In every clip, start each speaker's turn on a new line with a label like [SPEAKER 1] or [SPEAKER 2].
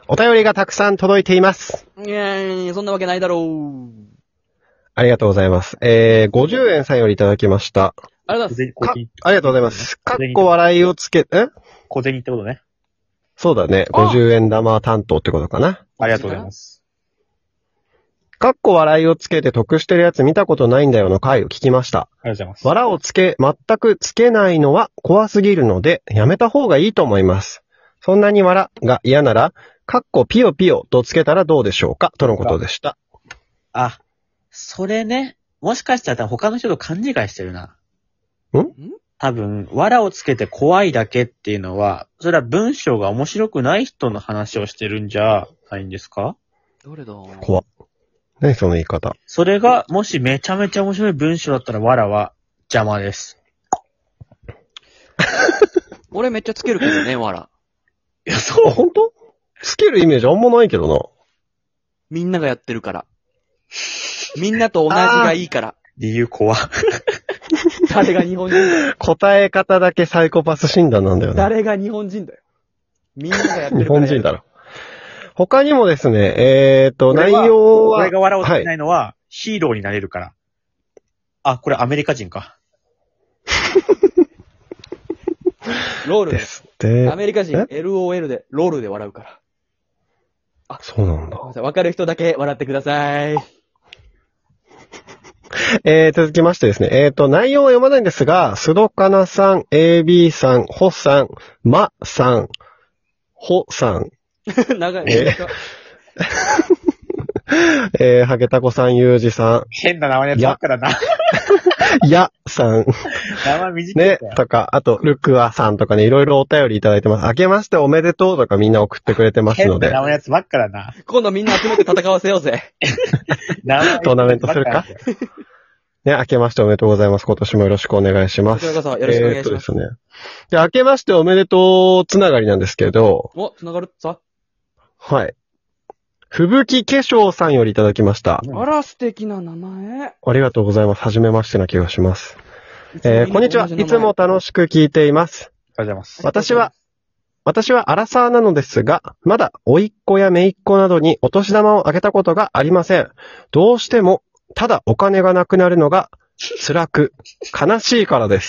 [SPEAKER 1] お便りがたくさん届いています。
[SPEAKER 2] いやー、そんなわけないだろう。
[SPEAKER 1] ありがとうございます。50円さんよりいただきました。
[SPEAKER 2] ありがとうございます。
[SPEAKER 1] ありがとうございます。かっこ笑いをつけ、
[SPEAKER 3] 小銭ってことね。
[SPEAKER 1] そうだね。50円玉担当ってことかな。
[SPEAKER 3] ありがとうございます。
[SPEAKER 1] かっこ笑いをつけて得してるやつ見たことないんだよの回を聞きました。
[SPEAKER 3] ありがとうございます。
[SPEAKER 1] 笑を全くつけないのは怖すぎるので、やめた方がいいと思います。そんなに笑が嫌なら、かっこピヨピヨとつけたらどうでしょうかとのことでした。
[SPEAKER 3] あ、それね。もしかしたら他の人と勘違いしてるな。多分、藁をつけて怖いだけっていうのは、それは文章が面白くない人の話をしてるんじゃないんですか？
[SPEAKER 2] どれだ？
[SPEAKER 1] 怖っ。何その言い方。
[SPEAKER 3] それが、もしめちゃめちゃ面白い文章だったら藁は邪魔です。
[SPEAKER 2] 俺めっちゃつけるけどね、藁。
[SPEAKER 3] いや、そう。
[SPEAKER 1] 本当？つけるイメージあんまないけどな。
[SPEAKER 2] みんながやってるから。みんなと同じがいいから。
[SPEAKER 3] 理由怖。
[SPEAKER 2] 誰が日本人だよ。
[SPEAKER 1] 答え方だけサイコパス診断なんだよね。
[SPEAKER 2] 誰が日本人だよ。みんながやってるから。
[SPEAKER 1] 日本人だろ。他にもですね、内容は。
[SPEAKER 3] 俺が藁をつけないのは、ヒーローになれるから。あ、これアメリカ人か。
[SPEAKER 2] ロール
[SPEAKER 1] で
[SPEAKER 2] です
[SPEAKER 1] って。
[SPEAKER 2] アメリカ人、LOL で、ロールで笑うから。
[SPEAKER 1] あ、そうなんだ。
[SPEAKER 2] わかる人だけ笑ってください。
[SPEAKER 1] 続きましてですね、内容は読まないんですが、須戸かなさん、AB さん、ホさん、マさん、ホさん、
[SPEAKER 2] 長い。
[SPEAKER 1] ハゲタコさん、ユージさ
[SPEAKER 3] 変な名前のやつばっかだな。
[SPEAKER 1] ん、ヤさん、
[SPEAKER 3] 名前短い
[SPEAKER 1] ね
[SPEAKER 3] んだよ。、
[SPEAKER 1] とか、あと、ルクアさんとかね、いろいろお便りいただいてます。明けましておめでとうとかみんな送ってくれてますので
[SPEAKER 3] 変な名。前のやつばっかだな。
[SPEAKER 2] 今度みんな集めて戦わせようぜ。
[SPEAKER 3] 名前
[SPEAKER 1] トーナメントするかね、明けましておめでとうございます。今年もよろしくお願いします。
[SPEAKER 2] こちらこそよろしくお願いします
[SPEAKER 1] ですね。で、明けましておめでとうつながりなんですけど、
[SPEAKER 2] お、繋がるさ。
[SPEAKER 1] はい。吹雪化粧さんよりいただきました。
[SPEAKER 2] あら、素敵な名前。
[SPEAKER 1] ありがとうございます。はじめましてな気がします。こんにちは。いつも楽しく聞いています。
[SPEAKER 3] ありがとうございます。
[SPEAKER 1] 私はアラサーなのですが、まだ甥っ子や姪っ子などにお年玉をあげたことがありません。どうしても、ただお金がなくなるのが辛く、悲しいからです。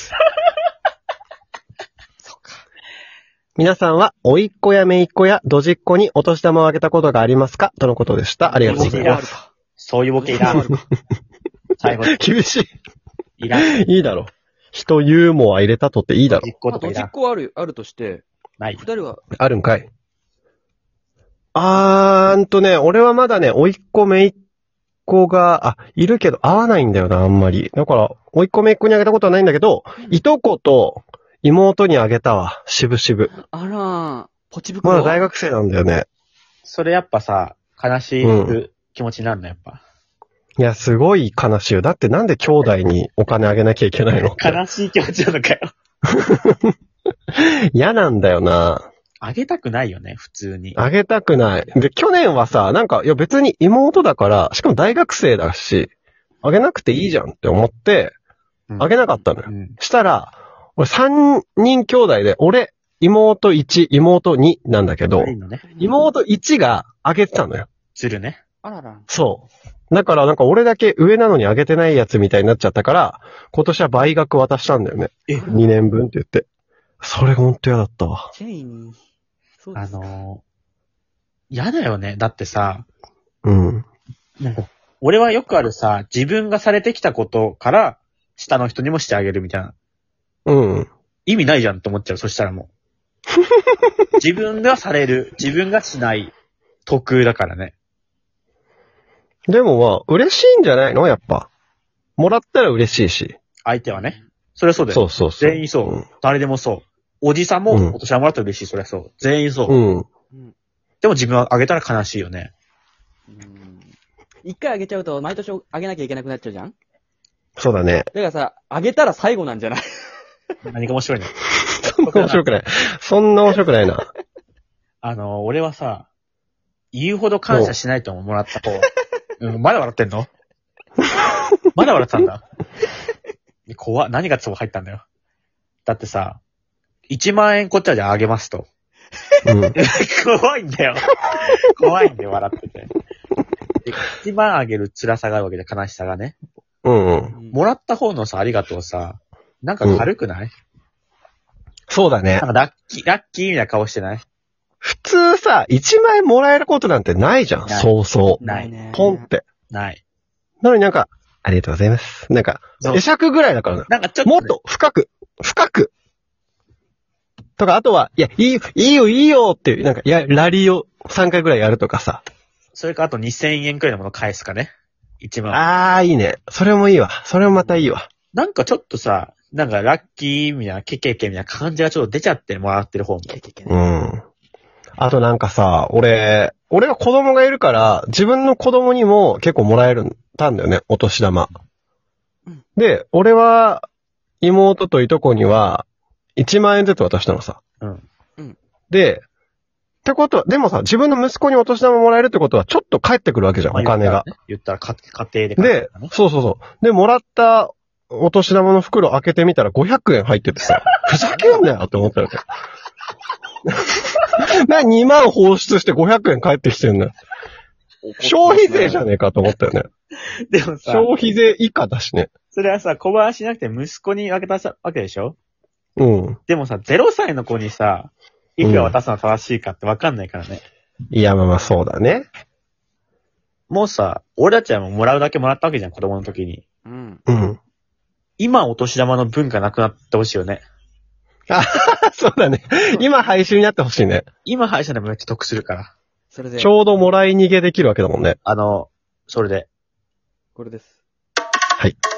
[SPEAKER 1] 皆さんは、甥っ子や姪っ子やドジっ子にお年玉をあげたことがありますかとのことでした。ありがとうございます。
[SPEAKER 3] そういうボケいらん。最後。
[SPEAKER 1] 厳しい。
[SPEAKER 3] いらん。
[SPEAKER 1] いいだろ。人ユーモア入れたとっていいだろ。
[SPEAKER 3] 実行とかいらん。
[SPEAKER 2] 実行あるとして、
[SPEAKER 3] ない。
[SPEAKER 2] 二人は、
[SPEAKER 1] あるんかい。俺はまだね、甥っ子姪っ子が、いるけど会わないんだよな、あんまり。だから、甥っ子姪っ子にあげたことはないんだけど、いとこと妹にあげたわ、しぶしぶ。
[SPEAKER 2] あらー、ポチ袋。
[SPEAKER 1] まだ大学生なんだよね。
[SPEAKER 3] それやっぱさ、悲しい気持ちになるの、やっぱ。
[SPEAKER 1] いや、すごい悲しいよ。だってなんで兄弟にお金あげなきゃいけないの
[SPEAKER 3] 悲しい気持ちなのかよ。
[SPEAKER 1] 嫌なんだよな。
[SPEAKER 3] あげたくないよね、普通に。
[SPEAKER 1] あげたくない。で、去年はさ、いや別に妹だから、しかも大学生だし、あげなくていいじゃんって思って、あげなかったのよ。したら、俺3人兄弟で、俺、妹1、妹2なんだけど、妹1があげてたのよ。
[SPEAKER 3] するね。
[SPEAKER 2] あらら。
[SPEAKER 1] そう。だから俺だけ上なのにあげてないやつみたいになっちゃったから、今年は倍額渡したんだよね。2年分って言って。それほんと嫌だったわ。
[SPEAKER 2] チェイニー。そうですか。
[SPEAKER 3] 嫌だよね。だってさ、
[SPEAKER 1] うん。
[SPEAKER 3] なんか、俺はよくあるさ、自分がされてきたことから、下の人にもしてあげるみたいな。
[SPEAKER 1] うん。
[SPEAKER 3] 意味ないじゃんって思っちゃう。そしたらもう。自分がされる。自分がしない。得だからね。
[SPEAKER 1] でもまあ、嬉しいんじゃないのやっぱ。もらったら嬉しいし。
[SPEAKER 3] 相手はね。それはそうだよ。
[SPEAKER 1] そうそうそう。
[SPEAKER 3] 全員そう。誰でもそう。おじさんもお年玉もらったら嬉しい。それはそう。全員そう。
[SPEAKER 1] うん。
[SPEAKER 3] でも自分はあげたら悲しいよね。
[SPEAKER 2] 一回あげちゃうと、毎年あげなきゃいけなくなっちゃうじゃん。
[SPEAKER 1] そうだね。
[SPEAKER 2] だからさ、あげたら最後なんじゃない？
[SPEAKER 3] 何が面白いの？
[SPEAKER 1] そんな面白くない。そんな面白くないな。
[SPEAKER 3] 俺はさ、言うほど感謝しないともらった方。まだ笑ってんの？まだ笑ってたんだ。怖っ。何がツボ入ったんだよ。だってさ、1万円こっちはじゃああげますと。
[SPEAKER 1] うん。
[SPEAKER 3] 怖いんだよ。怖いんだよ、笑ってて。一番あげる辛さがあるわけで、悲しさがね。
[SPEAKER 1] うんうん。
[SPEAKER 3] もらった方のさ、ありがとうさ、なんか軽くない？
[SPEAKER 1] そうだね。
[SPEAKER 3] なんかラッキーみたいな顔してない？
[SPEAKER 1] 普通さ、1万円もらえることなんてないじゃん、そうそう。
[SPEAKER 3] ないね。
[SPEAKER 1] ポンって。
[SPEAKER 3] ない。
[SPEAKER 1] なのになんか、ありがとうございます。なんか、会釈ぐらいだからな。
[SPEAKER 3] なんかちょっと、
[SPEAKER 1] もっと深く。とか、あとは、いや、いいよっていう、なんか、ラリーを3回ぐらいやるとかさ。
[SPEAKER 3] それかあと2000円くらいのもの返すかね。1万。
[SPEAKER 1] いいね。それもいいわ。それもまたいいわ。
[SPEAKER 3] なんかちょっとさ、なんかラッキーみたいな、ケケケみたいな感じがちょっと出ちゃってもらってる方も。
[SPEAKER 1] うん。あとなんかさ、俺が子供がいるから、自分の子供にも結構もらえたんだよね、お年玉。で、俺は、妹といとこには、1万円ずつ渡したのさ。
[SPEAKER 3] うん。
[SPEAKER 1] で、ってことは、でもさ、自分の息子にお年玉もらえるってことは、ちょっと返ってくるわけじゃん、お金が。
[SPEAKER 3] 言ったら家庭で、
[SPEAKER 1] で、そう。で、もらったお年玉の袋開けてみたら500円入っててさ、ふざけんなよって思ったよね。2万放出して500円返ってきてんのよ。消費税じゃねえかと思ったよね。
[SPEAKER 3] でもさ、
[SPEAKER 1] 消費税以下だしね。
[SPEAKER 3] それはさ、小林しなくて息子に分けたわけでしょ？
[SPEAKER 1] うん。
[SPEAKER 3] でもさ、0歳の子にさ、いくら渡すの正しいかって分かんないからね。
[SPEAKER 1] いや、まあそうだね。
[SPEAKER 3] もうさ、俺たちはもらうだけもらったわけじゃん、子供の時に。
[SPEAKER 2] うん。
[SPEAKER 3] 今お年玉の文化なくなってほしいよね。
[SPEAKER 1] そうだね。今廃止になってほしいね。
[SPEAKER 3] 今配信でもめっちゃ得するから。
[SPEAKER 2] それで。
[SPEAKER 1] ちょうどもらい逃げできるわけだもんね。
[SPEAKER 3] それで。
[SPEAKER 2] これです。
[SPEAKER 1] はい。